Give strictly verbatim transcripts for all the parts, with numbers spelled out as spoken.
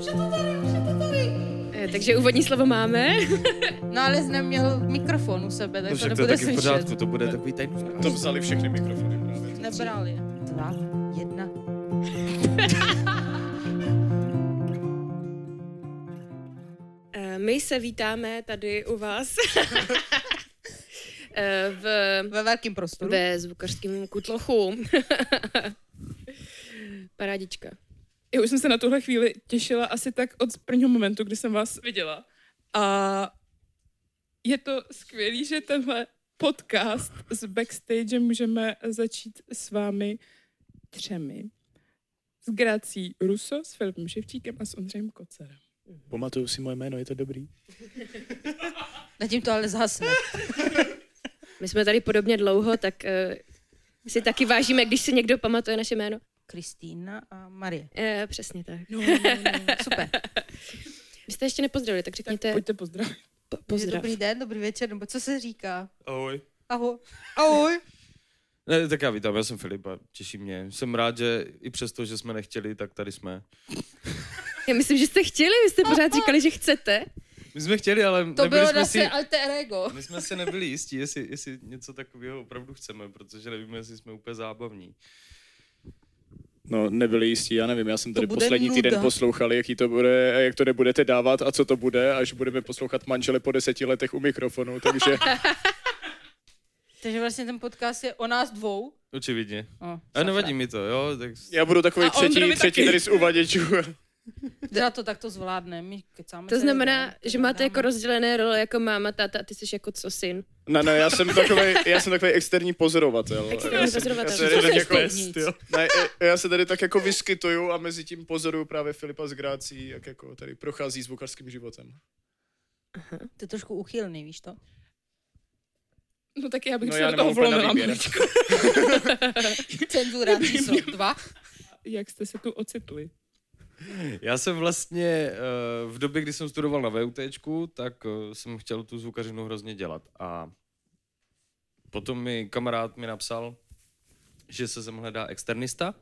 Už je to tady, už je to tady. Takže úvodní slovo máme. No ale jsi neměl mikrofon u sebe, tak No to však to je nebude taky v slyšet. pořádku, to bude takový tajný. To vzali všechny mikrofony právě. Nebral je. Dva, jedna. My se vítáme tady u vás v, Ve velkém prostoru. ve zvukařském kutlochu. Parádička. Já už jsem se na tuhle chvíli těšila asi tak od prvního momentu, kdy jsem vás viděla. A je to skvělý, že tenhle podcast z backstage můžeme začít s vámi třemi. S Grací Russo, s Filipem Ševčíkem a s Ondřejem Kocerem. Pamatuju si moje jméno, je to dobrý? Zatím to ale zhasne. My jsme tady podobně dlouho, tak uh, si taky vážíme, když si někdo pamatuje naše jméno. Kristýna a Marie. Uh, přesně tak. No, no, no. Super. Vy jste ještě nepozdravili, tak řekněte Tak pojďte pozdravit. po- pozdrav. Dobrý den, dobrý večer, nebo co se říká? Ahoj. Ahoj. Ahoj. Ne, tak já vítám, já jsem Filip a těší mě. Jsem rád, že i přesto, že jsme nechtěli, tak tady jsme. Já myslím, že jste chtěli, vy jste pořád říkali, že chcete. My jsme chtěli, ale To nebyli bylo jsme zase si... alter ego. My jsme si nebyli jistí, jestli, jestli něco takového opravdu chceme, protože nevíme, jestli jsme úplně zábavní. No, nebyli jistí, já nevím, já jsem tady bude poslední nuda. týden poslouchal, jaký to bude a jak to nebudete dávat a co to bude, až budeme poslouchat manžele po deseti letech u mikrofonu, takže... Takže vlastně ten podcast je o nás dvou. Očividně. Oh, A nevadí mi to, jo? Tak... Já budu takový A třetí, Ondrovi třetí taky. tady z uvaděčů. Teda to takto zvládne. My kecáme To celý znamená, den, že to máte dáme. jako rozdělené role jako máma, táta a ty jsi jako co syn. Ne, ne, já jsem takový, já jsem takový externí pozorovatel. Externí Já jsem- pozorovatel. Já se Co tady tak jsi jako, dovnitř? ne, já se tady tak jako vyskytuju a mezi tím pozoruju právě Filipa s Grácí, jak jako tady prochází zvukařským životem. Ty trošku uchylný, víš to? No tak já bych No se já do toho nemám úplně na vlomila. výběr. maličko. Cenzura číslo dva. Jak jste se tu ocitli? Já jsem vlastně uh, v době, kdy jsem studoval na VUTčku, tak uh, jsem chtěl tu zvukařinu hrozně dělat. A potom mi kamarád mi napsal, že se sem hledá externista.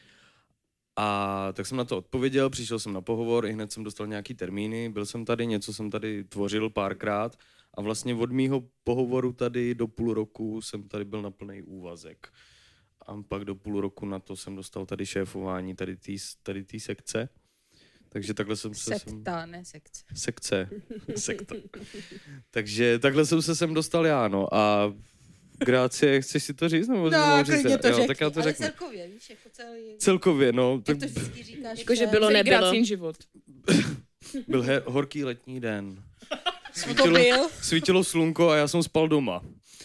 A tak jsem na to odpověděl, přišel jsem na pohovor, i hned jsem dostal nějaký termíny, byl jsem tady, něco jsem tady tvořil párkrát a vlastně od mýho pohovoru tady do půl roku jsem tady byl na plný úvazek. A pak do půl roku na to jsem dostal tady šéfování tady té tady tý sekce. Takže takhle jsem se sem... Sekta, ne sekce. Sekce. Sekta. Takže takhle jsem se sem dostal já, no. A Grácie, chceš si to říct? Nebo No, mám říct? klidně to Jo, řekni, tak já to ale řeknu. celkově, víš, jako celý... Celkově, no. Tak Jak to vždycky říkáš? Jako, že všem. bylo, Celý nebylo. Grácin život. byl he- horký letní den. Co to Svítilo, byl? svítilo slunko a já jsem spal doma.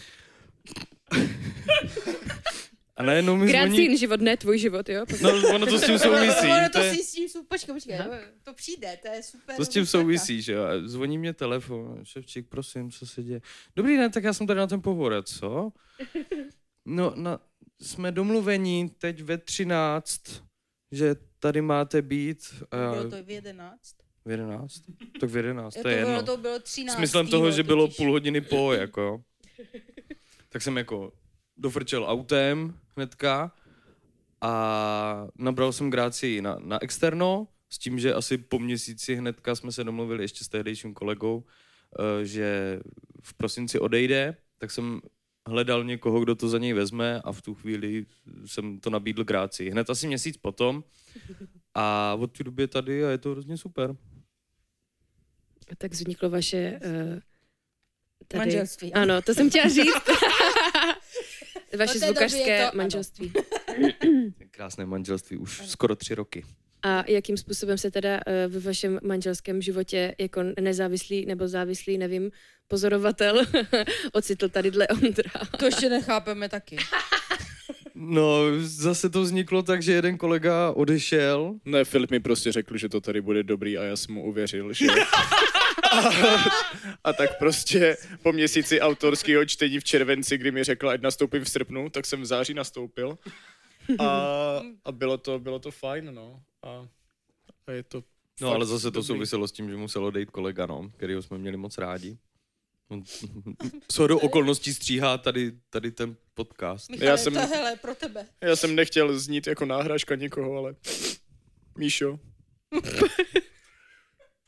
A najednou mi zvoní... Grácín život, ne tvůj život, jo? No, ono to s tím souvisí. Ono to to je- si s tím, sou- počkej, počkej, to přijde, to je super. To s tím myšlenka. souvisí, že jo. A zvoní mě telefon, Ševčík, prosím, co se děje? Dobrý den, tak já jsem tady na ten pohovor, a co? No, na, jsme domluvení teď ve třináct, že tady máte být. A já, Bylo to v jedenáct. v jedenáct? Tak v jedenáct, Jo, to je to bylo, jedno. to bylo třináct. Smyslem toho, že bylo půl hodiny po, jako jo. Tak jsem jako dofrčel autem hnedka a nabral jsem Grácii na, na externo, s tím, že asi po měsíci hnedka jsme se domluvili ještě s tehdejším kolegou, eh, že v prosinci odejde, tak jsem hledal někoho, kdo to za něj vezme a v tu chvíli jsem to nabídl Grácii. Hned asi měsíc potom a od té doby je tady a je to hrozně super. Tak vzniklo vaše... Uh, tady... Manželství. Ano, to jsem chtěla říct. Vaše Od té doby je zvukařské to- ano. manželství. Krásné manželství, už skoro tři roky. A jakým způsobem se teda uh, ve vašem manželském životě jako nezávislý nebo závislý, nevím, pozorovatel ocitl tady dle Ondra? To ještě nechápeme taky. No, zase to vzniklo tak, že jeden kolega odešel. Ne, Filip mi prostě řekl, že to tady bude dobrý a já jsem mu uvěřil, že... A, a tak prostě po měsíci autorského čtení v červenci, kdy mi řekla, ať nastoupím v srpnu, tak jsem v září nastoupil. A, a bylo to, bylo to fajn, no. A, a je to No, fakt ale zase to dobrý. souviselo s tím, že musel odejít kolega, no, kterýho jsme měli moc rádi. On shodou okolností stříhá tady, tady ten podcast. Michale, Já jsem- to hele, pro tebe. Já jsem nechtěl znít jako náhražka někoho, ale... Míšo.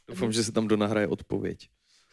Doufám, že se tam donahraje odpověď.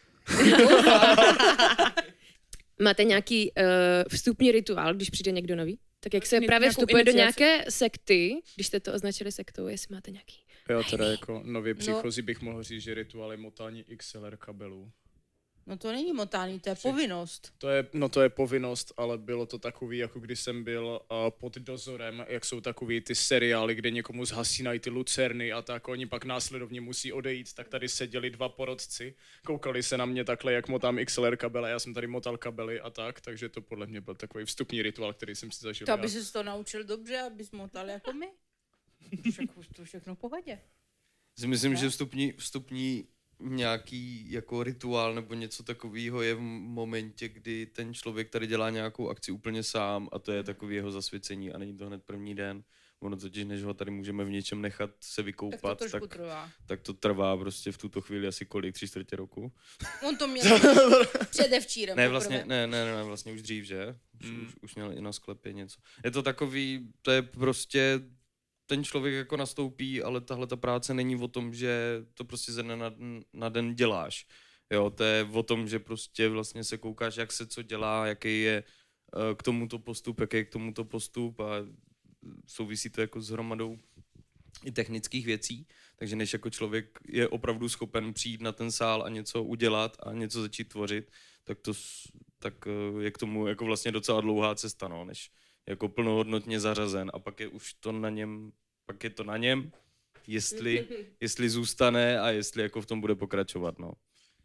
Máte nějaký uh, vstupní rituál, když přijde někdo nový? Tak jak se Mít právě nějakou vstupuje do iniciaci? nějaké sekty, když jste to označili sektou, jestli máte nějaký... Jo, teda jako nově příchozí bych mohl říct, že rituál je motání X L R kabelů. No to není motání, to je povinnost. To je, no to je povinnost, ale bylo to takový, jako když jsem byl uh, pod dozorem, jak jsou takový ty seriály, kde někomu zhasínají ty lucerny a tak, oni pak následovně musí odejít, tak tady seděli dva porodci, koukali se na mě takhle, jak motám X L R kabele, já jsem tady motal kabely a tak, takže to podle mě byl takový vstupní rituál, který jsem si zažil. To, aby já. ses to naučil dobře, abys motal jako my. To všechno, to všechno v pohodě. Si myslím, že vstupní, vstupní nějaký jako rituál nebo něco takového je v momentě, kdy ten člověk tady dělá nějakou akci úplně sám a to je takový jeho zasvěcení a není to hned první den. Ono totiž, než ho tady můžeme v něčem nechat se vykoupat, Tak to trošku tak, trvá. tak to trvá prostě v tuto chvíli asi kolik, tři čtvrtě roku. On to měl předevčírem. Ne, poprvé. vlastně, ne, ne, ne, vlastně už dřív, že? Už, Mm. už, už měl i na sklepě něco. Je to takový, to je prostě, ten člověk jako nastoupí, ale tahle ta práce není o tom, že to prostě ze dne na, na den děláš. Jo, to je o tom, že prostě vlastně se koukáš, jak se co dělá, jaký je uh, k tomuto postup, jaký je k tomuto postup a souvisí to jako s hromadou i technických věcí, takže než jako člověk je opravdu schopen přijít na ten sál a něco udělat a něco začít tvořit, tak to s- tak eh, je k tomu jako vlastně docela dlouhá cesta, no, než jako plnohodnotně zařazen a pak je už to na něm, pak je to na něm, jestli, jestli zůstane a jestli jako v tom bude pokračovat, no.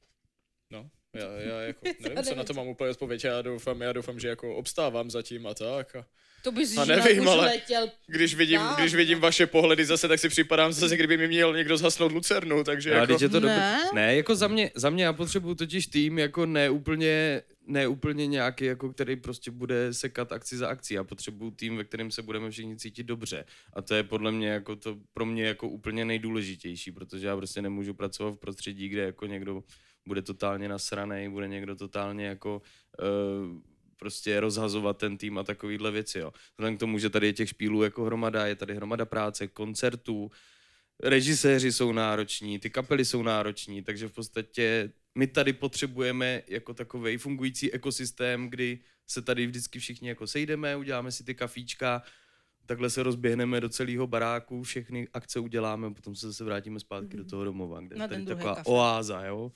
No, já, já jako nevím, co na to mám úplně odpověď, já doufám, já doufám, že jako obstávám zatím a tak a To bys A jinak nevím, už ale- letěl. když vidím, Dávno. když vidím vaše pohledy zase, tak si připadám zase, kdyby mi měl někdo zhasnout lucernu, takže A jako... teď je to dobrý. Ne? Ne, jako za mě, za mě já potřebuju totiž tým jako neúplně, neúplně nějaký, jako který prostě bude sekat akci za akcí. Já potřebuju tým, ve kterém se budeme všichni cítit dobře. A to je podle mě jako to pro mě jako úplně nejdůležitější, protože já prostě nemůžu pracovat v prostředí, kde jako někdo bude totálně nasranej, bude někdo totálně jako uh, prostě rozhazovat ten tým a takovýhle věci, jo. Vzhledem k tomu, že tady je těch špílů jako hromada, je tady hromada práce, koncertů, režiséři jsou nároční, ty kapely jsou nároční, takže v podstatě my tady potřebujeme jako takovej fungující ekosystém, kdy se tady vždycky všichni jako sejdeme, uděláme si ty kafíčka, takhle se rozběhneme do celého baráku, všechny akce uděláme, potom se zase vrátíme zpátky do toho domova, kde Na je tady ten druhý taková kafe. oáza, jo.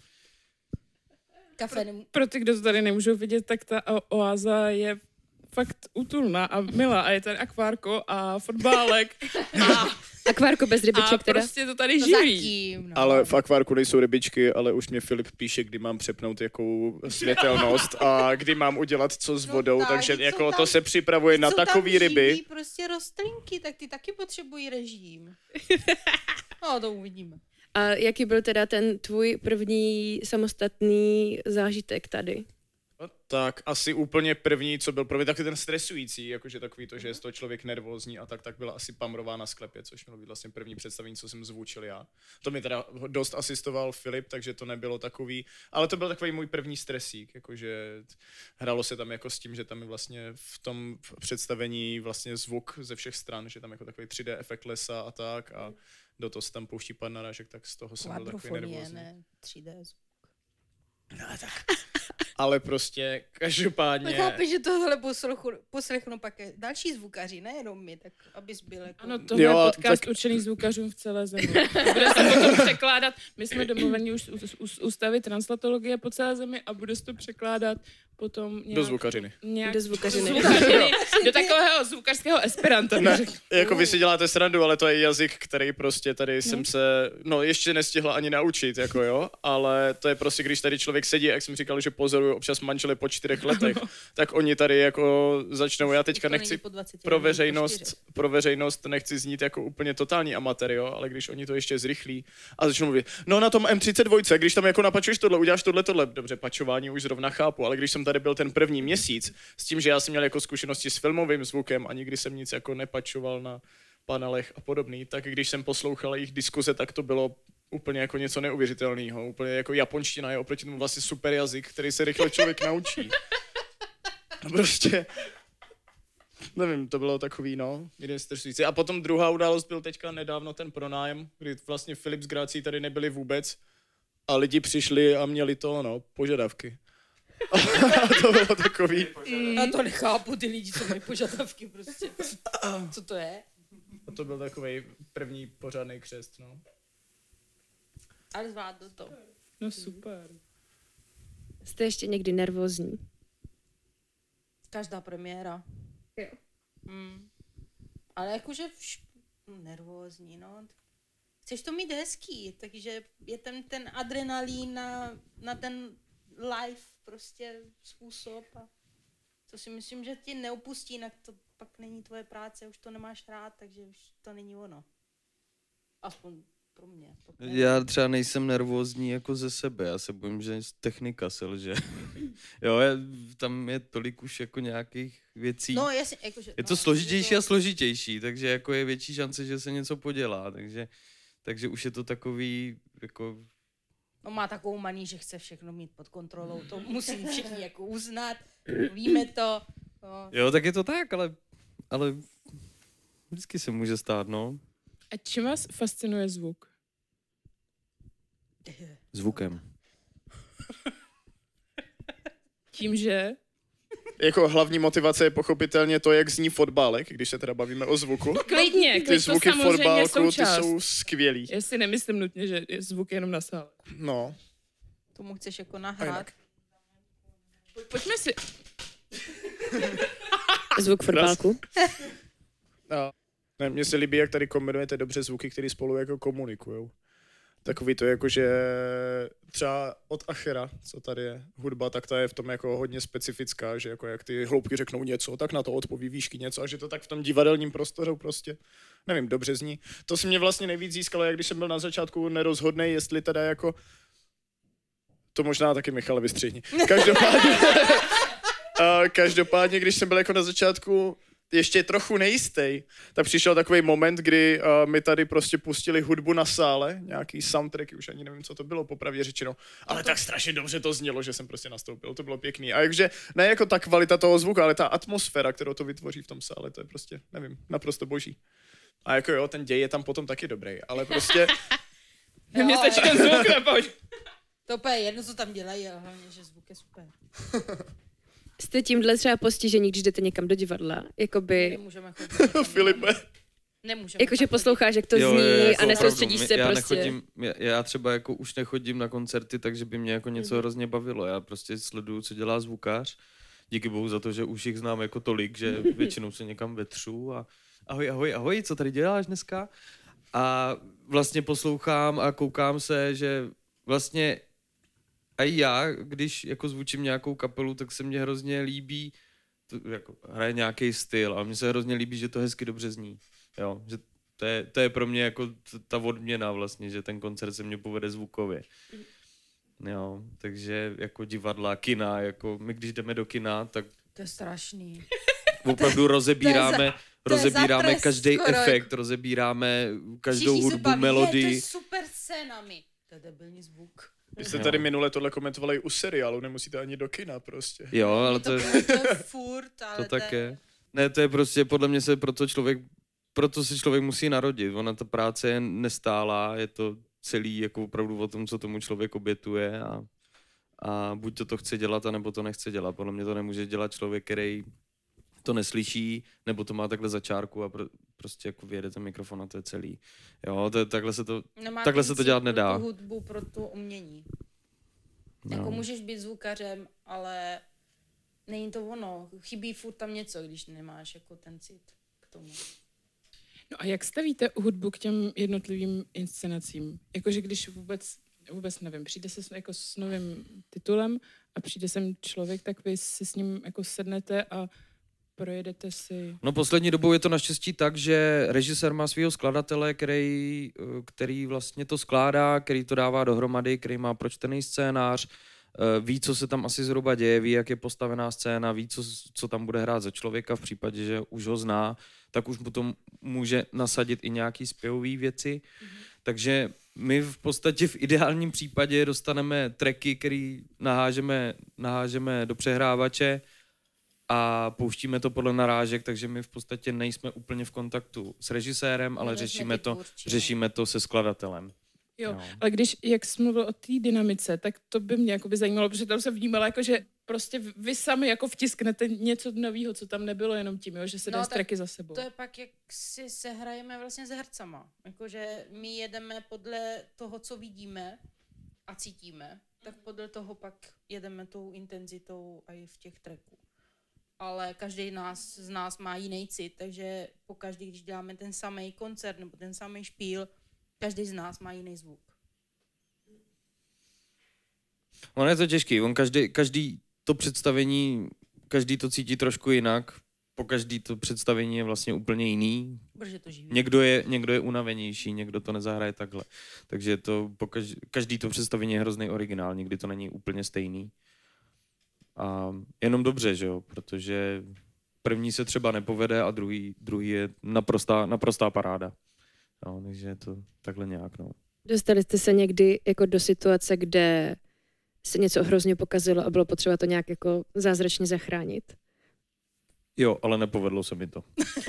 Kafe nemů- Pro ty, kdo to tady nemůžou vidět, tak ta o- oáza je fakt útulná a milá a je tady akvárko a fotbálek a, Akvárko bez a rybiček teda. prostě to tady To živí. zatím, no. Ale v akvárku nejsou rybičky, ale už mě Filip píše, kdy mám přepnout jakou světelnost a kdy mám udělat co s No vodou, tak, takže vždyť jako jsou to tam- se připravuje na Jsou tam takový ryby. živý prostě rostlinky, tak ty taky potřebují režim. No, to uvidíme. A jaký byl teda ten tvůj první samostatný zážitek tady? No, tak asi úplně první, co byl pro mě taky ten stresující, jakože takový to, že je z toho člověk nervózní a tak, tak byla asi Pamrová na sklepě, což mělo být vlastně první představení, co jsem zvučil já. To mi teda dost asistoval Filip, takže to nebylo takový, ale to byl takový můj první stresík, jakože hrálo se tam jako s tím, že tam je vlastně v tom představení vlastně zvuk ze všech stran, že tam jako takový tři dé efekt lesa a tak a do toho se tam pouští pan narážek, tak z toho jsem byl takový Quadrofonie, nervózní. ne tři dé. Ale prostě každopádně... No chápeš, že tohle poslechu, poslechnu pak další zvukaři, nejenom my, tak abys byl jako... Ano, tohle Jo, je podcast tak- určený zvukařům v celé zemi. Bude se potom překládat, my jsme domluveni už z z- ústavy translatologie po celé zemi a bude se to překládat potom nějak... Do zvukařiny. Nějak, Do zvukařiny. Do, zvukařiny, do takového zvukařského esperanta. Ne, bych řekl. jako vy si děláte srandu, ale to je jazyk, který prostě tady no. jsem se, no ještě nestihla ani naučit, jako jo, ale to je prostě, když tady člověk sedí, jak jsem říkal, že pozoruju občas manžele po čtyřech letech, tak oni tady jako začnou, já teďka To není nechci po dvaceti, pro není po veřejnost, čtyřech. pro veřejnost nechci znít jako úplně totální amatér, jo, ale když oni to ještě zrychlí a začnou mluvit, no na tom em třicet dva, když tam jako napačuješ tohle, uděláš tohle, tohle, dobře, pačování už zrovna chápu, ale když jsem tady byl ten první měsíc, s tím, že já jsem měl jako zkušenosti s filmovým zvukem a nikdy jsem nic jako nepačoval na panelech a podobný, tak když jsem poslouchal jejich diskuze, tak to bylo úplně jako něco neuvěřitelného. Úplně jako japonština je oproti tomu vlastně super jazyk, který se rychle člověk naučí. A prostě, nevím, to bylo takový, no, jeden stresující. A potom druhá událost byl teďka nedávno ten pronájem, kdy vlastně Filip s Grácí tady nebyli vůbec a lidi přišli a měli to, no, požadavky. A to bylo takový. Já to nechápu, ty lidi, co mají požadavky prostě. Co to je? A to byl takový první pořádný křest, no. Ale zvládl to. No super. Jste ještě někdy nervózní? Každá premiéra. Jo. Mm. Ale jakože vš... nervózní, no. Chceš to mít hezký, takže je ten, ten adrenalín na, na ten live prostě způsob a to si myslím, že ti neopustí, jinak to pak není tvoje práce, už to nemáš rád, takže už to není ono. Aspoň pro mě. Já třeba nejsem nervózní jako ze sebe, já se bojím, že technika selže. Jo, je, tam je tolik už jako nějakých věcí. No, jasně, jakože, Je to no, složitější to... a složitější, takže jako je větší šance, že se něco podělá, takže, takže už je to takový, jako... On má takovou maní, že chce všechno mít pod kontrolou, to musí všichni jako uznat, víme to. No. Jo, tak je to tak, ale, ale vždycky se může stát, no. A čím vás fascinuje zvuk? Zvukem. Tím, že... Jako hlavní motivace je pochopitelně to, jak zní fotbálek, když se teda bavíme o zvuku. Klidně, Ty klid, to zvuky samozřejmě fotbálku, ty součást. jsou skvělý. Já si nemyslím nutně, že je zvuk jenom na sále. No. Tomu chceš jako nahrát. Pojďme si... Zvuk fotbálku? A ne, mně se líbí, jak tady kombinujete dobře zvuky, které spolu jako komunikujou. Takový to jako, že třeba od Achera, co tady je hudba, tak ta je v tom jako hodně specifická, že jako jak ty hloubky řeknou něco, tak na to odpoví výšky něco a že to tak v tom divadelním prostoru prostě, nevím, dobře zní. To si mě vlastně nejvíc získalo, jak když jsem byl na začátku nerozhodnej, jestli teda jako, to možná taky Michale vystřihni. Každopádně, a každopádně, když jsem byl jako na začátku ještě trochu nejistý, tak přišel takový moment, kdy uh, mi tady prostě pustili hudbu na sále, nějaký soundtracky, už ani nevím, co to bylo, popravdě řečeno, ale tak strašně dobře to znělo, že jsem prostě nastoupil, to bylo pěkný. A jakže ne jako ta kvalita toho zvuku, ale ta atmosféra, kterou to vytvoří v tom sále, to je prostě, nevím, naprosto boží. A jako jo, ten děj je tam potom taky dobrý, ale prostě... Mně stačí ten zvuk, nepojď. To je jedno, co tam dělají, ale hlavně, že zvuk je super. Jste tímhle třeba postižení, když jdete někam do divadla? Jakoby, Nemůžeme chodit. Filipe. Nemůžeme. jakože tam posloucháš, jak to Jo, zní je, jako a nesoustředíš opravdu, se já prostě. Nechodím, já, já třeba jako už nechodím na koncerty, takže by mě jako něco Mhm. hrozně bavilo. Já prostě sleduju, co dělá zvukář. Díky bohu za to, že už jich znám jako tolik, že většinou se někam vetřu a ahoj, ahoj, ahoj, co tady děláš dneska? A vlastně poslouchám a koukám se, že vlastně a já, když jako zvučím nějakou kapelu, tak se mně hrozně líbí, to, jako hraje nějaký styl a mně se hrozně líbí, že to hezky dobře zní. Jo, že to je, to je pro mě jako t- ta odměna vlastně, že ten koncert se mě povede zvukově. Jo, takže jako divadla, kina, jako my když jdeme do kina, tak To je strašný. opravdu rozebíráme, to je rozebíráme za každý trest skoro. efekt, rozebíráme každou Všichni se hudbu, baví, je, to melodii. je super scénami. To je debilní zvuk. Vy jste tady minule tohle komentovali u seriálu, nemusíte ani do kina prostě. Jo, ale To, to, to, to je furt, ale to tak je. Ne, to je prostě, podle mě se proto člověk, proto se člověk musí narodit. Ona ta práce je nestálá, je to celý jako opravdu o tom, co tomu člověk obětuje a, a buď to to chce dělat, anebo to nechce dělat. Podle mě to nemůže dělat člověk, který to neslyší, nebo to má takhle za čárku a pro, prostě jako vyjede ten mikrofon a to je celý. Jo, to, takhle se to, Nemá takhle se to princip dělat pro nedá. tu hudbu, pro tu umění. Jako No. můžeš být zvukařem, ale není to ono. Chybí furt tam něco, když nemáš jako ten cit k tomu. No a jak stavíte hudbu k těm jednotlivým inscenacím? Jakože když vůbec, vůbec nevím, přijde se s, jako s novým titulem a přijde sem člověk, tak vy si s ním jako sednete a projedete si... No poslední dobou je to naštěstí tak, že režisér má svého skladatele, který, který vlastně to skládá, který to dává dohromady, který má pročtený scénář, ví, co se tam asi zhruba děje, ví, jak je postavená scéna, ví, co, co tam bude hrát za člověka v případě, že už ho zná, tak už potom může nasadit i nějaký zpěvový věci. Mm-hmm. Takže my v podstatě v ideálním případě dostaneme tracky, který nahážeme, nahážeme do přehrávače a pouštíme to podle narážek, takže my v podstatě nejsme úplně v kontaktu s režisérem, ale Nejsme řešíme ty to, tvůrčí, no. řešíme to se skladatelem. Jo, Jo. ale když, jak jsi mluvil o té dynamice, tak to by mě jakoby zajímalo, protože tam jsem vnímala, jako, že prostě vy sami jako vtisknete něco nového, co tam nebylo jenom tím, jo, že se No, dají tak tracky za sebou. To je pak, jak si sehrajeme vlastně s hercama. Jakože my jedeme podle toho, co vidíme a cítíme, tak podle toho pak jedeme tou intenzitou i v těch tracků. Ale každý nás, z nás má jiný cit, takže po každý, když děláme ten samý koncert nebo ten samý špíl, každý z nás má jiný zvuk. On je to těžký, on každý, každý to představení, každý to cítí trošku jinak, po každý to představení je vlastně úplně jiný. Protože to živí. Někdo je, někdo je unavenější, někdo to nezahraje takhle. Takže to po každý, každý to představení je hrozný originál, nikdy to není úplně stejný. A jenom dobře, že jo, protože první se třeba nepovede a druhý, druhý je naprostá, naprostá paráda. No, takže je to takhle nějak, no. Dostali jste se někdy jako do situace, kde se něco hrozně pokazilo a bylo potřeba to nějak jako zázračně zachránit? Jo, ale nepovedlo se mi to.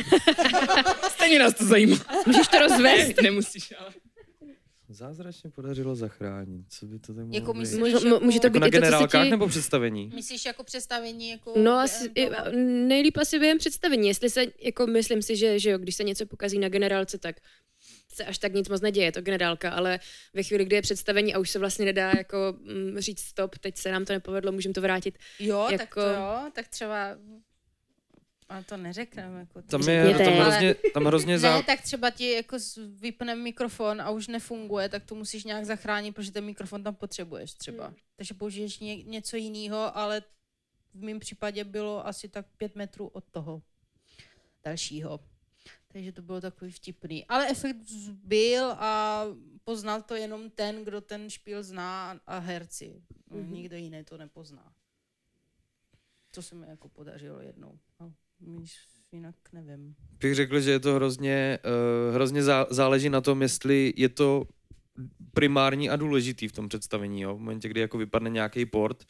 Stejně nás to zajímá. Můžeš to rozvést? Ne, nemusíš, ale... Zázračně podařilo zachránit. Co by to tak mohlo Jako být? myslíš, Může, jako- může to Jako být na i to, co se generálkách ti... nebo představení? Myslíš jako představení? Jako No asi, během i, toho? nejlíp asi během představení. Jestli se, jako myslím si, že, že jo, když se něco pokazí na generálce, tak se až tak nic moc neděje, je to generálka, ale ve chvíli, kdy je představení a už se vlastně nedá jako mm, říct stop, teď se nám to nepovedlo, můžeme to vrátit. Jo, tak jako- to jo, tak třeba... Ale to neřekneme. Jako Tam to- je Řekněte. tam Ale- hrozně, tam hrozně Ne, zá... tak třeba ti jako z- vypne mikrofon a už nefunguje, tak to musíš nějak zachránit, protože ten mikrofon tam potřebuješ třeba. Hmm. Takže použiješ ně, něco jiného, ale v mém případě bylo asi tak pět metrů od toho dalšího. Takže to bylo takový vtipný. Ale efekt byl a poznal to jenom ten, kdo ten špíl zná a herci. Hmm. Nikdo jiný to nepozná. To se mi jako podařilo jednou. No, jinak nevím. bych řekl, že je to hrozně, uh, hrozně zá, záleží na tom, jestli je to primární a důležitý v tom představení, jo? V momentě, kdy jako vypadne nějaký port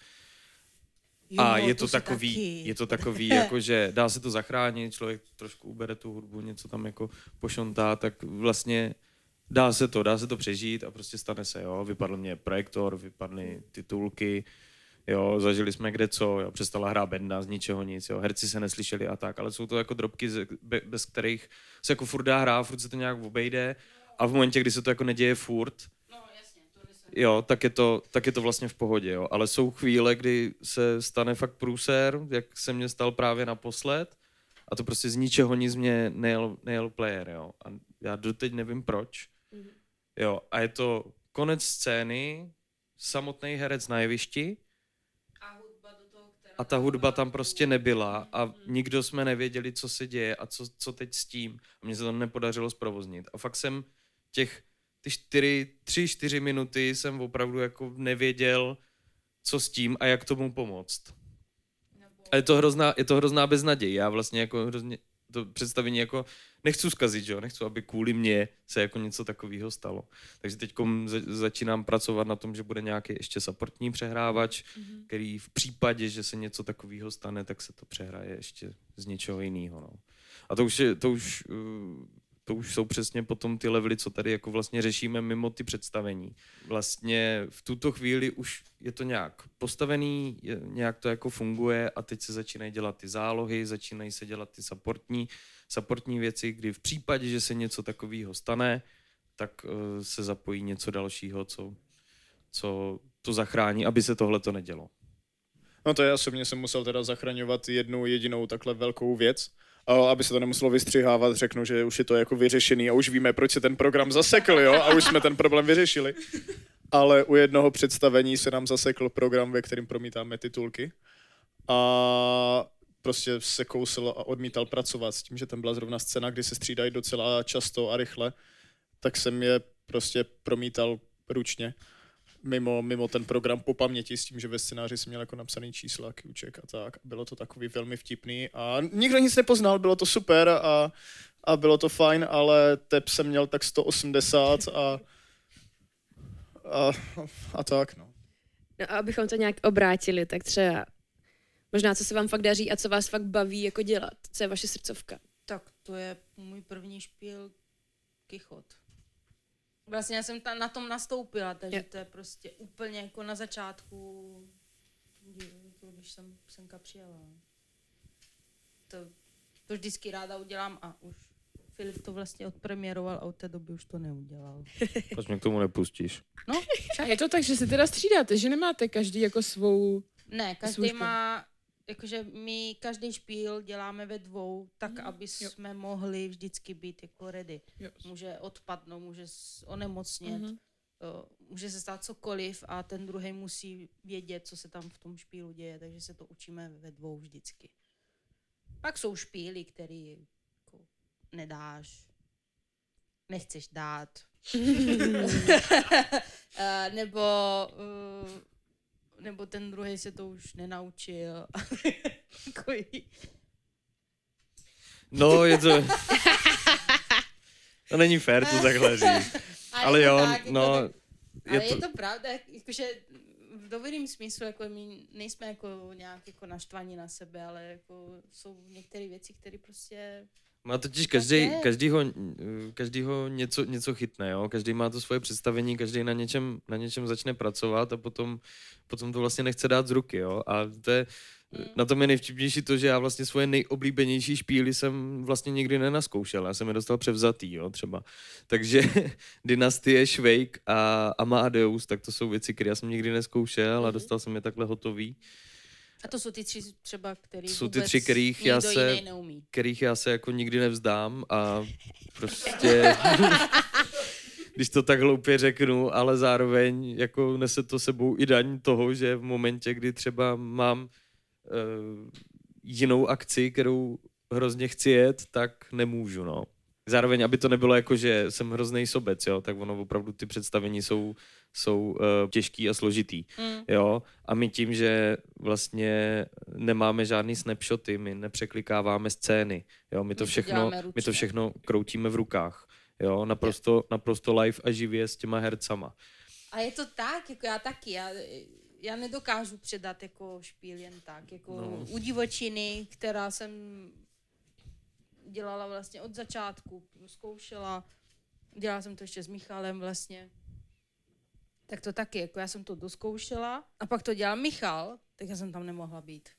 a Jo, je to, si takový, taky. je to takový, jako že dá se to zachránit, člověk trošku ubere tu hudbu, něco tam jako pošontá, tak vlastně dá se to, dá se to přežít a prostě stane se, jo? Vypadl mě projektor, vypadly titulky, jo, zažili jsme kde co, jo, přestala hrát benda z ničeho nic, jo, herci se neslyšeli a tak, ale jsou to jako drobky, ze- be- bez kterých se jako furt dá hrát, furt se to nějak obejde a v momentě, kdy se to jako neděje furt, jo, tak je to, tak je to vlastně v pohodě, jo, ale jsou chvíle, kdy se stane fakt průser, jak se mně stal právě naposled a to prostě z ničeho nic mě nejel, nejel player, jo, a já doteď nevím proč, jo, a je to konec scény, samotný herec na jevišti, a ta hudba tam prostě nebyla a nikdo jsme nevěděli, co se děje a co, co teď s tím. A mně se to nepodařilo zprovoznit. A fakt jsem těch ty čtyři, tři, čtyři minuty jsem opravdu jako nevěděl, co s tím a jak tomu pomoct. A je to hrozná, je to hrozná beznaděj. Já vlastně jako hrozně to představení jako nechci zkazit, že jo? Nechci, aby kvůli mně se jako něco takového stalo. Takže teď začínám pracovat na tom, že bude nějaký ještě supportní přehrávač, mm-hmm. který v případě, že se něco takového stane, tak se to přehraje ještě z něčeho jiného. No. A to už, je, to, už, to už jsou přesně potom ty levely, co tady jako vlastně řešíme mimo ty představení. Vlastně v tuto chvíli už je to nějak postavený, je, nějak to jako funguje a teď se začínají dělat ty zálohy, začínají se dělat ty supportní, supportní věci, kdy v případě, že se něco takového stane, tak uh, se zapojí něco dalšího, co, co to zachrání, aby se tohle to nedělo. No to já osobně jsem musel teda zachraňovat jednu jedinou takhle velkou věc. A aby se to nemuselo vystřihávat, řeknu, že už je to jako vyřešený a už víme, proč se ten program zasekl, jo? A už jsme ten problém vyřešili. Ale u jednoho představení se nám zasekl program, ve kterém promítáme titulky. A prostě se kousl a odmítal pracovat s tím, že tam byla zrovna scéna, kdy se střídají docela často a rychle, tak jsem je prostě promítal ručně. Mimo, mimo ten program po paměti s tím, že ve scénáři jsem měl jako napsaný čísla, kýček a tak. Bylo to takový velmi vtipný a nikdo nic nepoznal, bylo to super a, a bylo to fajn, ale tep jsem měl tak sto osmdesát a, a, a tak, no. No a abychom to nějak obrátili, tak třeba možná, co se vám fakt daří a co vás fakt baví jako dělat, co je vaše srdcovka. Tak to je můj první špíl Kichot. Vlastně já jsem tam na tom nastoupila, takže Jo. to je prostě úplně jako na začátku, jako když jsem semka přijela. To, to vždycky ráda udělám a už Filip to vlastně odpremiéroval a od té doby už to neudělal. Proč mě k tomu nepustíš? No, A je to tak, že se teda střídáte, že nemáte každý jako svou... ne, každý Služby. má, jakože my každý špíl děláme ve dvou, tak Mhm. aby Jo. jsme mohli vždycky být jako ready. Jo. Může odpadnout, může s- onemocnět, Mhm. o, může se stát cokoliv a ten druhý musí vědět, co se tam v tom špílu děje, takže se to učíme ve dvou vždycky. Pak jsou špíly, který jako nedáš, nechceš dát. Eh, nebo, uh, nebo ten druhý se to už nenaučil. Takový. No, je to... To není fér to takhle říct. A je Ale to jo, tak, jako no... tak- Je Ale je to... to pravda, jakože v dobrým smyslu, jako my nejsme jako nějak jako naštvaní na sebe, ale jako jsou některé věci, které prostě... Má totiž každý, je. každýho, každýho něco, něco chytne, jo? Každý má to svoje představení, každý na něčem, na něčem začne pracovat a potom, potom to vlastně nechce dát z ruky, jo? A to je, Mm. na tom je nejvtipnější to, že já vlastně svoje nejoblíbenější špíly jsem vlastně nikdy nenaskoušel, já jsem je dostal převzatý, jo, třeba. Takže Dynastie, Švejk a Amadeus, tak to jsou věci, které já jsem nikdy neskoušel a dostal jsem je takhle hotový, A to jsou ty tři třeba, který To jsou ty vůbec tři, kterých já nikdo se- jiný neumí. kterých já se jako nikdy nevzdám a prostě, když to tak hloupě řeknu, ale zároveň jako nese to sebou i daň toho, že v momentě, kdy třeba mám uh, jinou akci, kterou hrozně chci jet, tak nemůžu, no. Zároveň, aby to nebylo jako, že jsem hrozný sobec, jo, tak ono opravdu ty představení jsou, jsou uh, těžký a složitý. Mm. Jo, a my tím, že vlastně nemáme žádný snapshoty, my nepřeklikáváme scény, jo, my to My to všechno, děláme my to ručně. všechno kroutíme v rukách, jo, naprosto, naprosto live a živě s těma hercama. A je to tak, jako já taky, já, já nedokážu předat jako špíl jen tak, jako No. no. u divočiny, která jsem dělala vlastně od začátku, zkoušela, dělala jsem to ještě s Michalem vlastně, tak to taky, jako já jsem to doskoušela a pak to dělal Michal, tak já jsem tam nemohla být.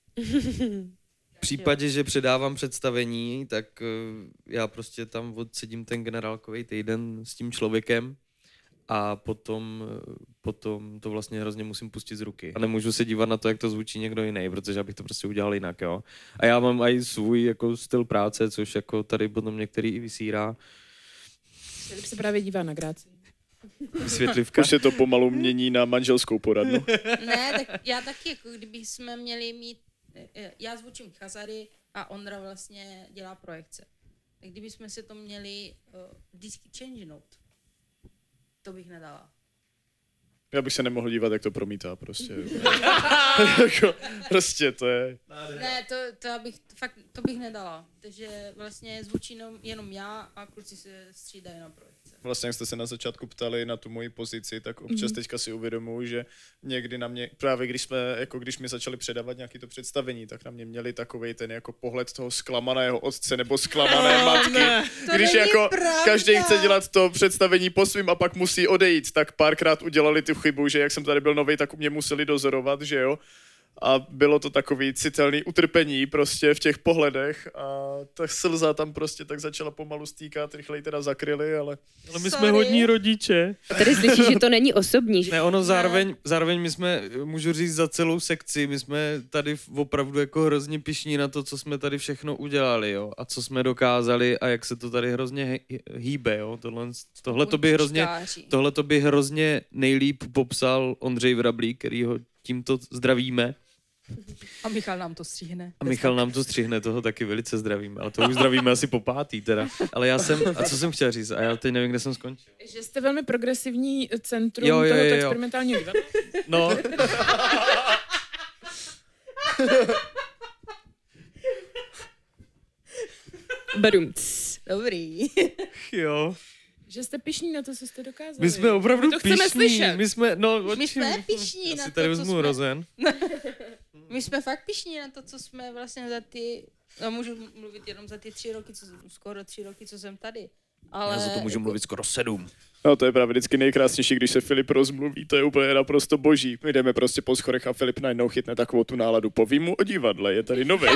V případě, že předávám představení, tak uh, já prostě tam odsedím ten generálkový týden s tím člověkem a potom, uh, potom to vlastně hrozně musím pustit z ruky. A nemůžu se dívat na to, jak to zvučí někdo jiný, protože já bych to prostě udělal jinak, jo. A já mám i svůj jako styl práce, což jako tady potom některý i vysírá. Filip se právě dívá na Gráci. Světlivka. Už se to pomalu mění na manželskou poradnu. Ne, tak já taky, jako kdyby jsme měli mít, eh, já zvučím Chazary a Ondra vlastně dělá projekce. Tak kdyby jsme si to měli uh, vždycky changenout, to bych nedala. Já bych se nemohl dívat, jak to promítá prostě. Jako, prostě to je... Ne, to, to, bych, fakt, to bych nedala. Takže vlastně zvučí jenom, jenom já a kluci se střídají na projekce. Vlastně, jak jste se na začátku ptali na tu moji pozici, tak občas teďka si uvědomuji, že někdy na mě, právě když jsme, jako když mi začali předávat nějaké to představení, tak na mě měli takovej ten jako pohled toho zklamaného otce nebo zklamané matky. To Když není jako pravda. každý chce dělat to představení po svým a pak musí odejít, tak párkrát udělali tu chybu, že jak jsem tady byl novej, tak mě museli dozorovat, že jo. A bylo to takový citelný utrpení prostě v těch pohledech a ta slza tam prostě tak začala pomalu stýkat, rychleji teda zakryli, ale... Ale my Sorry. jsme hodní rodiče. Tady slyšíš, že to není osobní. Že... Ne, ono zároveň, zároveň my jsme, můžu říct za celou sekci, my jsme tady opravdu jako hrozně pyšní na to, co jsme tady všechno udělali, jo, a co jsme dokázali a jak se to tady hrozně hý- hýbe, jo, tohle, tohle to by hrozně, Počkáři. tohle to by hrozně nejlíp popsal Ondřej Vrablík, který ho tímto zdravíme. A Michal nám to stříhne. A Michal nám to střihne, toho taky velice zdravíme, ale to už zdravíme asi po pátý teda. Ale já jsem, a co jsem chtěl říct, a já teď nevím, kde jsem skončil. Že jste velmi progresivní centrum Jo, jo, tohoto jo, jo. experimentálního divadla. No, Badumc. Dobrý. jo. Že jste pišní na to, co jste dokázali. My jsme opravdu My to chceme pyšní, slyšet. my jsme, no, o My čem? jsme pyšní Já na si to, tady co vezmu jsme- rozen. My jsme fakt pišní na to, co jsme vlastně za ty, já můžu mluvit jenom za ty tři roky, co, skoro tři roky, co jsem tady. Ale... Já za to můžu mluvit skoro sedm. No to je právě vždycky nejkrásnější, když se Filip rozmluví, to je úplně naprosto boží. My jdeme prostě po schodech a Filip najednou chytne takovou tu náladu. Povím mu o divadle, je tady novej.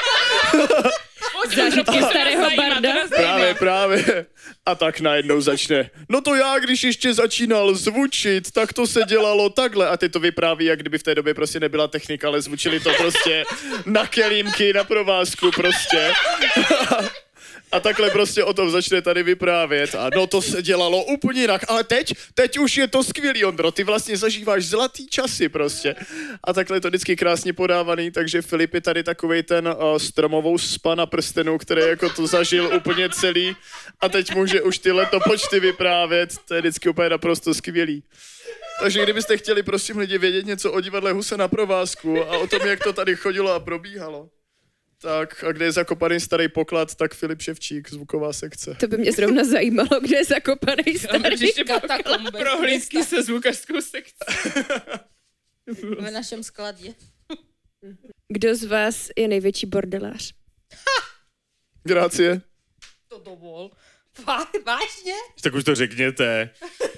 Zážitky starého barda. Právě, právě. A tak najednou začne. No to já, když ještě začínal zvučit, tak to se dělalo takhle. A ty to vypráví, jak kdyby v té době prostě nebyla technika, ale zvučili to prostě na kelímky, na provázku prostě. A takhle prostě o tom začne tady vyprávět. A no to se dělalo úplně jinak. Ale teď, teď už je to skvělý, Ondro. Ty vlastně zažíváš zlatý časy prostě. A takhle je to vždycky krásně podávaný, takže Filip je tady takovej ten uh, stromovou spa na prstenu, který jako to zažil úplně celý. A teď může už ty letopočty vyprávět. To je vždycky úplně naprosto skvělý. Takže kdybyste chtěli, prosím lidi, vědět něco o divadle Husa na provázku a o tom, jak to tady chodilo a probíhalo, tak a kde je zakopaný starý poklad, tak Filip Ševčík, zvuková sekce. To by mě zrovna zajímalo, kde je zakopaný starý. Příště katakomby. prohlídky se zvukařskou sekcí. V našem skladě. Kdo z vás je největší bordelář? Grácie. To dovol. Fakt, vážně? Tak už to řekněte.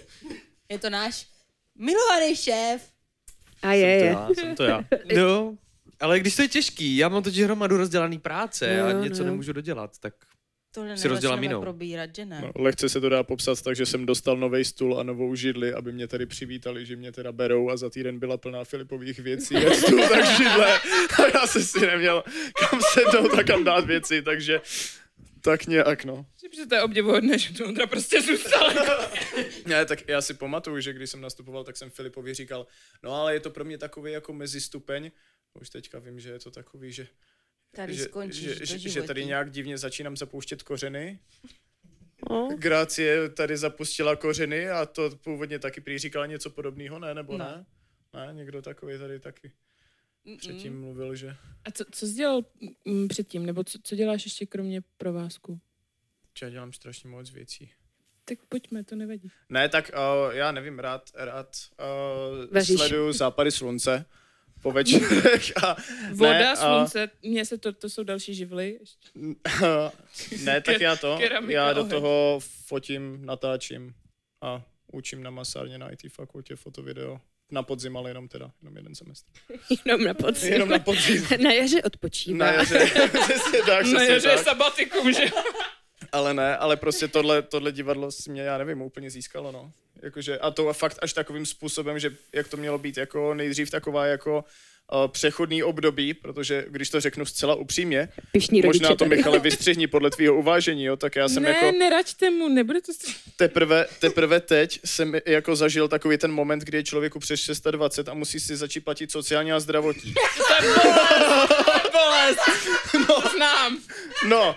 Je to náš milovaný šéf. A je, je. Já, jsem to já. No, ale když to je těžký, já mám totiž hromadu rozdělaný práce No, a něco no. nemůžu dodělat, tak Tohle si rozdělám nezačneme jinou. probírat, že ne? No, lehce se to dá popsat tak, že jsem dostal nový stůl a novou židli, aby mě tady přivítali, že mě teda berou a za týden byla plná Filipových věcí, jak stůl, tak židle. A já jsem si neměl kam sednout a kam dát věci, takže tak nějak, no. Že to je obdivuhodné, že to Ondra prostě zůstal. Ne, tak já si pamatuju, že když jsem nastupoval, tak jsem Filipovi říkal, no ale je to pro mě takový jako mezistupeň. Už teďka vím, že je to takový, že Tady že, skončíš že, do že, že životí. tady nějak divně začínám zapouštět kořeny. O. Grácie tady zapustila kořeny a to původně taky prý říkala něco podobného, ne? Nebo No. ne? Ne, někdo takový tady taky předtím mluvil, že... A co, co jsi dělal mm, předtím? Nebo co, co děláš ještě kromě provázku? Že já dělám strašně moc věcí. Tak pojďme, to nevadí. Ne, tak uh, já nevím, rád, rád uh, Vaříš. sleduju západy slunce po večerech a... Voda, ne, slunce, mně se to, to jsou další živly. Ještě. A, ne, tak já to, Keramika, já do oheň. toho fotím, natáčím a učím na masárně na í té fakultě fotovideo. Na podzim, ale jenom teda, jenom jeden semestr. Jenom na podzim. Jenom na podzim. Na jaře odpočívá. Na jaře, přesně tak, No přesně je, že je tak. sabatikum, že? Ale ne, ale prostě tohle, tohle divadlo si mě, já nevím, úplně získalo, no. Jakože, a to fakt až takovým způsobem, že jak to mělo být jako nejdřív taková jako uh, přechodný období, protože když to řeknu zcela upřímně, Pišní rodiče možná to tady. Michale vystřihni podle tvýho uvážení, jo, tak já jsem ne, jako neračte mu, nebude to... stři- teprve, teprve teď jsem jako zažil takový ten moment, kdy je člověku přes dvacet šest a musí si začít platit sociální a zdravotní. To je bolest, to je bolest. No. Znám. No,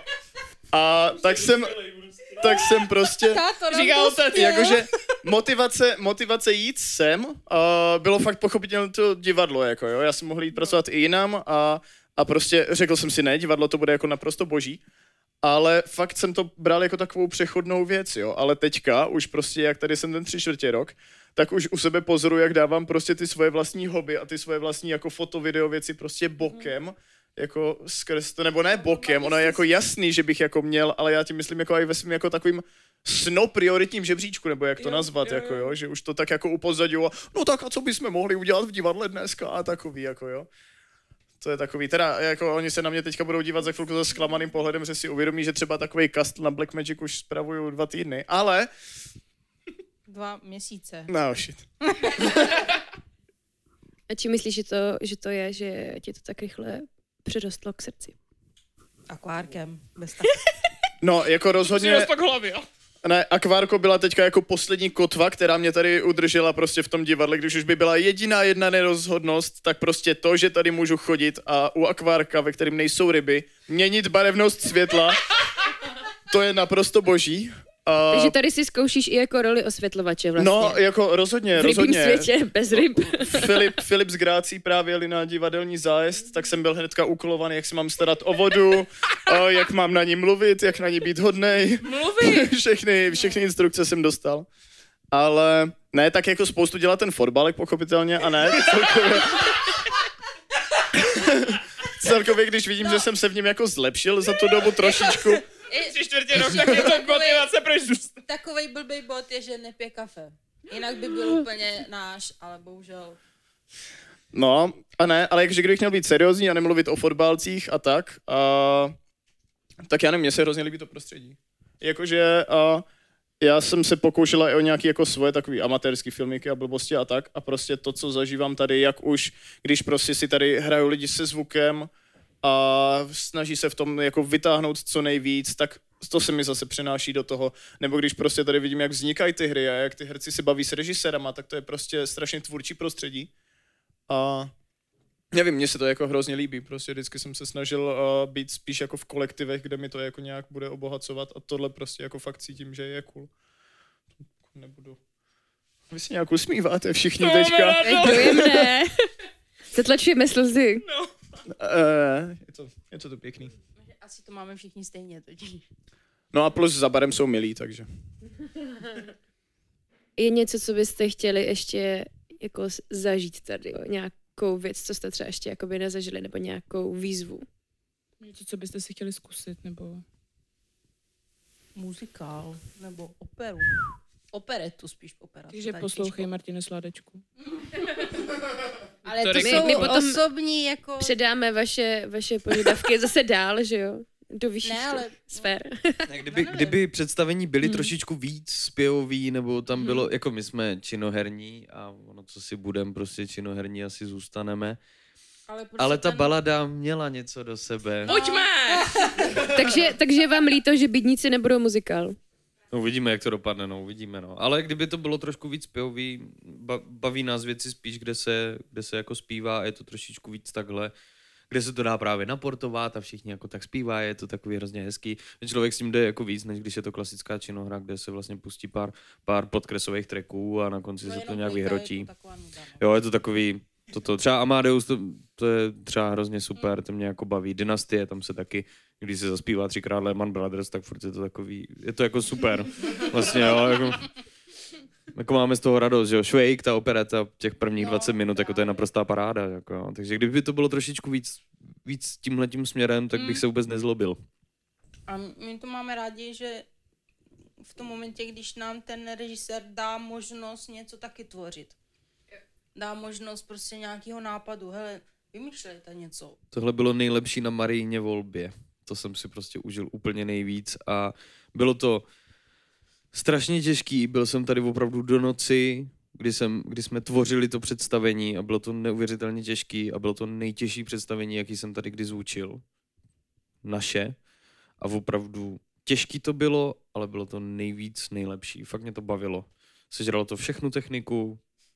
a tak jsem, tak jsem prostě... Táto nám Říká dospěl. otec, Jakože motivace, motivace jít sem uh, bylo fakt pochopitelné to divadlo, jako jo. Já jsem mohl jít pracovat i jinam a, a prostě řekl jsem si ne, divadlo to bude jako naprosto boží. Ale fakt jsem to bral jako takovou přechodnou věc, jo. Ale teďka už prostě, jak tady jsem ten tři čtvrtě rok, tak už u sebe pozoruji, jak dávám prostě ty svoje vlastní hobby a ty svoje vlastní jako foto, video věci prostě bokem. Mm. Jako skrz to, nebo ne bokem, ono je jako jasný, že bych jako měl, ale já tím myslím jako i ve svým jako takovým sno prioritním žebříčku, nebo jak to Jo, nazvat, jo, jako jo. jo, že už to tak jako upozadilo, no tak a co bychom mohli udělat v divadle dneska a takový, jako jo. To je takový, teda jako oni se na mě teďka budou dívat za chvilku za zklamaným pohledem, že si uvědomí, že třeba takovej kastl na Black Magic už spravuju dva týdny, ale, Dva měsíce. no shit. A či myslíš, že to, že to je, že ti to tak rychle přirostlo k srdci? Akvárkem. Bez tak. No, jako rozhodně... Hodně... pak hlavy, jo. Ne, akvárko byla teďka jako poslední kotva, která mě tady udržela prostě v tom divadle, když už by byla jediná jedna nerozhodnost, tak prostě to, že tady můžu chodit a u akvárka, ve kterém nejsou ryby, měnit barevnost světla, to je naprosto boží. A... Takže tady si zkoušíš i jako roli osvětlovače vlastně. No, jako rozhodně, v rybím rozhodně. světě, bez ryb. Filip, Filip z Grácí právě jeli na divadelní zájezd, tak jsem byl hnedka úkolovaný, jak se mám starat o vodu, a jak mám na ní mluvit, jak na ní být hodnej. Mluví. všechny, všechny instrukce jsem dostal. Ale ne, tak jako spoustu dělá ten fotbalek, pochopitelně, a ne, celkově. Celkově, když vidím, že jsem se v něm jako zlepšil za tu dobu trošičku, tři čtvrtě rok, tak je to motivace, proč zůstat. Takovej blbej bod je, že nepije kafe. Jinak by byl úplně náš, ale bohužel. No, a ne, ale jakože kdybych měl být seriózní a nemluvit o fotbalcích a tak, a, tak já nevím, mně se hrozně líbí to prostředí. Jakože a, já jsem se pokoušela i o nějaké jako svoje takové amatérské filmiky a blbosti a tak a prostě to, co zažívám tady, jak už, když prostě si tady hrajou lidi se zvukem a snaží se v tom jako vytáhnout co nejvíc, tak to se mi zase přenáší do toho. Nebo když prostě tady vidím, jak vznikají ty hry a jak ty herci se baví s režisérama, tak to je prostě strašně tvůrčí prostředí. A nevím, mně se to jako hrozně líbí, prostě vždycky jsem se snažil uh, být spíš jako v kolektivech, kde mi to jako nějak bude obohacovat a tohle prostě jako fakt cítím, že je cool. Nebudu. Vy si nějak usmíváte všichni No, teďka. no, no. Dojemné. Zatlačujeme slzy. No. Uh, je, to, je to to pěkný. Asi to máme všichni stejně totiž. No a plus za barem jsou milí, takže. Je něco, co byste chtěli ještě jako zažít tady? Nějakou věc, co jste třeba ještě jakoby nezažili, nebo nějakou výzvu? Něco, co byste si chtěli zkusit, nebo... Muzikál, nebo operu. Operetu spíš opera. Takže poslouchej Martine Sládečku. Ale to My- jsou my potom osobní jako... Předáme vaše, vaše požadavky zase dál, že jo? Do vyšších Ne, ale- sfér. Ne, kdyby, kdyby představení byly hmm. trošičku víc zpěvový, nebo tam bylo, hmm. jako my jsme činoherní a ono, co si budem, prostě činoherní asi zůstaneme. Ale, prostě ale ta ten... balada měla něco do sebe. No. Pojďme! takže, takže je vám líto, že Bídníci nebudou muzikál. No uvidíme, jak to dopadne, no, uvidíme, no. Ale kdyby to bylo trošku víc zpěvový, ba- baví nás věci spíš, kde se, kde se jako zpívá a je to trošičku víc takhle, kde se to dá právě naportovat a všichni jako tak zpívá, je to takový hrozně hezký. Člověk s tím jde jako víc, než když je to klasická činohra, kde se vlastně pustí pár, pár podkresových tracků a na konci No se to jenom nějak dvojka, vyhrotí. je to taková nuda, no. Jo, je to takový, toto, třeba Amadeus, to, to je třeba hrozně super, to mě jako baví. Dynastie, tam se taky, když se zaspívá třikrát Lehman Brothers, tak furt je to takový, je to jako super. Vlastně, jo, jako, jako máme z toho radost, že jo. Švejk, ta opereta, těch prvních dvacet minut, jako to je naprostá paráda, jako, jo. Takže kdyby to bylo trošičku víc, víc tímhletím směrem, tak bych se vůbec nezlobil. A my to máme rádi, že v tom momentě, když nám ten režisér dá možnost něco taky tvořit. Dá možnost prostě nějakého nápadu. Hele, vymýšlejte něco. Tohle bylo nejlepší na Marijně volbě. To jsem si prostě užil úplně nejvíc a bylo to strašně těžký. Byl jsem tady opravdu do noci, kdy, jsem, kdy jsme tvořili to představení a bylo to neuvěřitelně těžký a bylo to nejtěžší představení, jaký jsem tady kdy zvučil. Naše. A opravdu těžký to bylo, ale bylo to nejvíc nejlepší. Fakt mě to bavilo. Sežralo to všechnu techniku.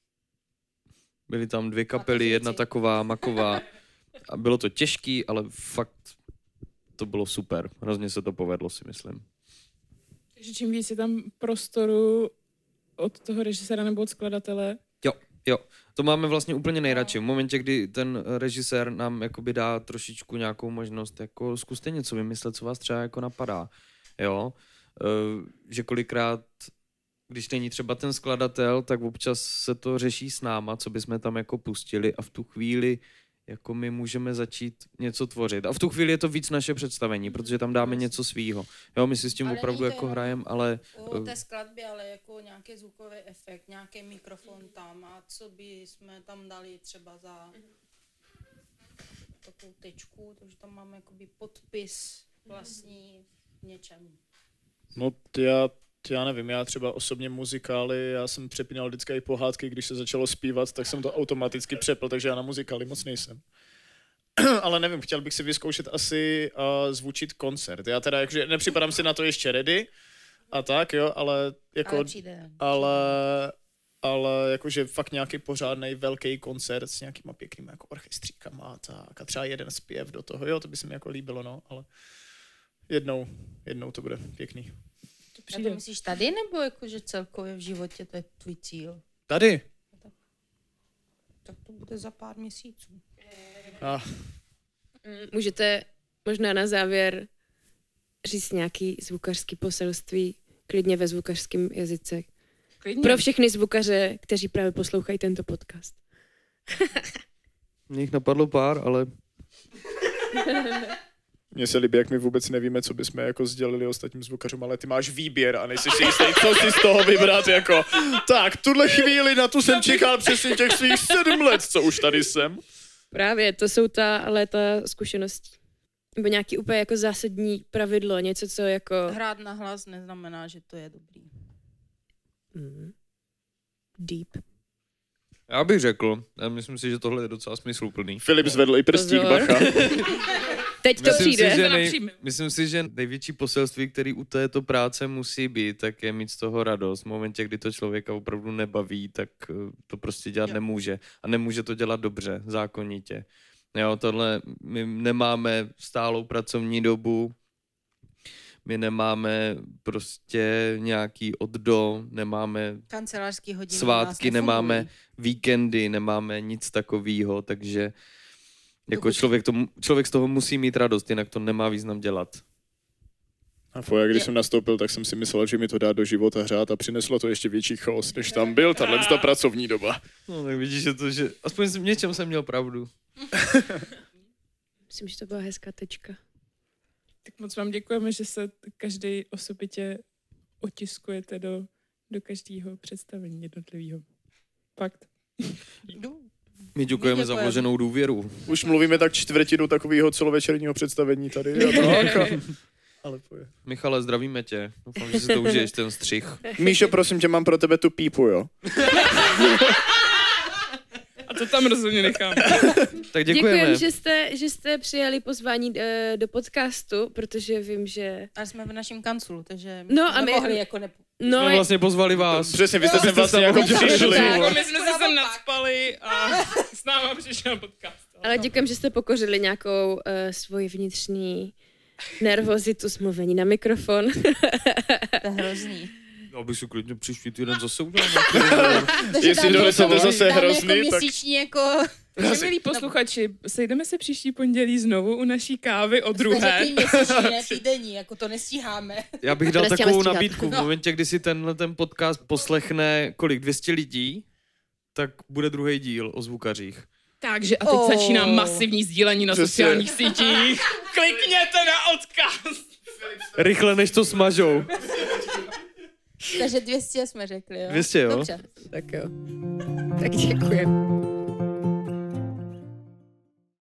Byly tam dvě kapely, jedna taková, maková. A bylo to těžký, ale fakt to bylo super. Hrozně se to povedlo, si myslím. Takže čím víc je tam prostoru od toho režiséra nebo od skladatele. Jo, jo. To máme vlastně úplně nejradši. V momentě, kdy ten režisér nám jakoby dá trošičku nějakou možnost, jako zkuste něco vymyslet, co vás třeba jako napadá. Jo. E, že kolikrát, když není třeba ten skladatel, tak občas se to řeší s náma, co bychom tam jako pustili a v tu chvíli jako my můžeme začít něco tvořit. A v tu chvíli je to víc naše představení, protože tam dáme něco svýho. Jo, my si s tím Ale opravdu není to jako jenom hrajeme, ale... O té skladbě, ale jako nějaký zvukový efekt, nějaký mikrofon tam a co by jsme tam dali třeba za takovou tečku, takže tam máme jakoby podpis vlastní v něčem. No já, já nevím, já třeba osobně muzikály, já jsem přepínal vždycky i pohádky, když se začalo zpívat, tak jsem to automaticky přepl, takže já na muzikály moc nejsem. Ale nevím, chtěl bych si vyzkoušet asi uh, zvučit koncert. Já teda jakože nepřipadám si na to ještě ready a tak, jo, ale jako... Ale přijde. Ale, ale jakože fakt nějaký pořádnej velký koncert s nějakýma pěknýma jako orchestříkama a tak a třeba jeden zpěv do toho, jo, to by se mi jako líbilo, no, ale jednou, jednou to bude pěkný. A to myslíš tady, nebo jakože celkově v životě to je tvůj cíl? Tady. Tak to bude za pár měsíců. Ah. Můžete možná na závěr říct nějaký zvukařský poselství, klidně ve zvukařském jazyce. Klidně. Pro všechny zvukaře, kteří právě poslouchají tento podcast. Mě jich napadlo pár, ale Mně se líbí, jak my vůbec nevíme, co bychom jako sdělili ostatním zvukařům, ale ty máš výběr a nejsi si jistý, co si z toho vybrat, jako tak, tuhle chvíli na tu jsem čekal přesně těch svých sedm let, co už tady jsem. Právě, to jsou ta léta zkušeností. Nebo nějaký úplně jako zásadní pravidlo, něco, co jako... Hrát na hlas neznamená, že to je dobrý. Mm. Deep. Já bych řekl, já myslím si, že tohle je docela smysluplný. Filip zvedl i prstík, Pozor. bacha. Teď to Myslím přijde. si, že To nej, napřijme. myslím si, že největší poselství, který u této práce musí být, tak je mít z toho radost. V momentě, kdy to člověka opravdu nebaví, tak eh, to prostě dělat Jo. nemůže. A nemůže to dělat dobře, zákonitě. Jo, tohle, my nemáme stálou pracovní dobu, my nemáme prostě nějaký oddo, nemáme Kancelářský hodiny svátky, u nás nefungují. nemáme víkendy, nemáme nic takového, takže jako Dokud- člověk, to, člověk z toho musí mít radost, jinak to nemá význam dělat. A foja, když Je- jsem nastoupil, tak jsem si myslel, že mi to dá do života hrát a přineslo to ještě větší chaos, než tam byl, tahle ta pracovní doba. No tak vidíš, že to, že aspoň v něčem jsem měl pravdu. Myslím, že to byla hezká tečka. Tak moc vám děkujeme, že se každý osobitě otiskujete do, do každého představení jednotlivého. Fakt. Jdu. My děkujeme za děkujeme. vloženou důvěru. Už mluvíme tak čtvrtinu takového celovečerního představení tady. A tak. A... Ale poje. Michale, zdravíme tě. Doufám, že si to užiješ, ten střih. Míšo, prosím tě, mám pro tebe tu pípu, jo? A to tam rozhodně nechám. Tak děkujeme. Děkujem, že jste, že jste přijali pozvání eh, do podcastu, protože vím, že... A jsme v našem kanclu, takže No a jsme my- mohli jako ne... No, Jsme vlastně pozvali vás. Přesně, vy jste sem vlastně tam jako mohli přišli. Tak. Jako my jsme se sem nadspali a s náma přišel podcast. ale děkujem, že jste pokořili nějakou uh, svoji vnitřní nervozitu s mluvení na mikrofon. To je hrozný. Já bych si klidně příští týden zase udělal. Takže Jestli dáme donesete jako- zase dáme hrozný, jako tak- měsíční jako... Takže milí posluchači, sejdeme se příští pondělí znovu u naší kávy o druhé. Řekli měsíční, ne týdenní, jako to nestíháme. Já bych dal To nestíháme takovou stíhat. nabídku. V No. momentě, kdy si tenhle ten podcast poslechne kolik, dvě stě lidí, tak bude druhý díl o zvukařích. Takže a teď Oh. začíná masivní sdílení na Přesně. sociálních sítích. Klikněte na odkaz. Rychle, než to smažou. Takže dvě stě jsme řekli, jo? dvě stě, jo? Dobře. Tak jo. Tak děkujem.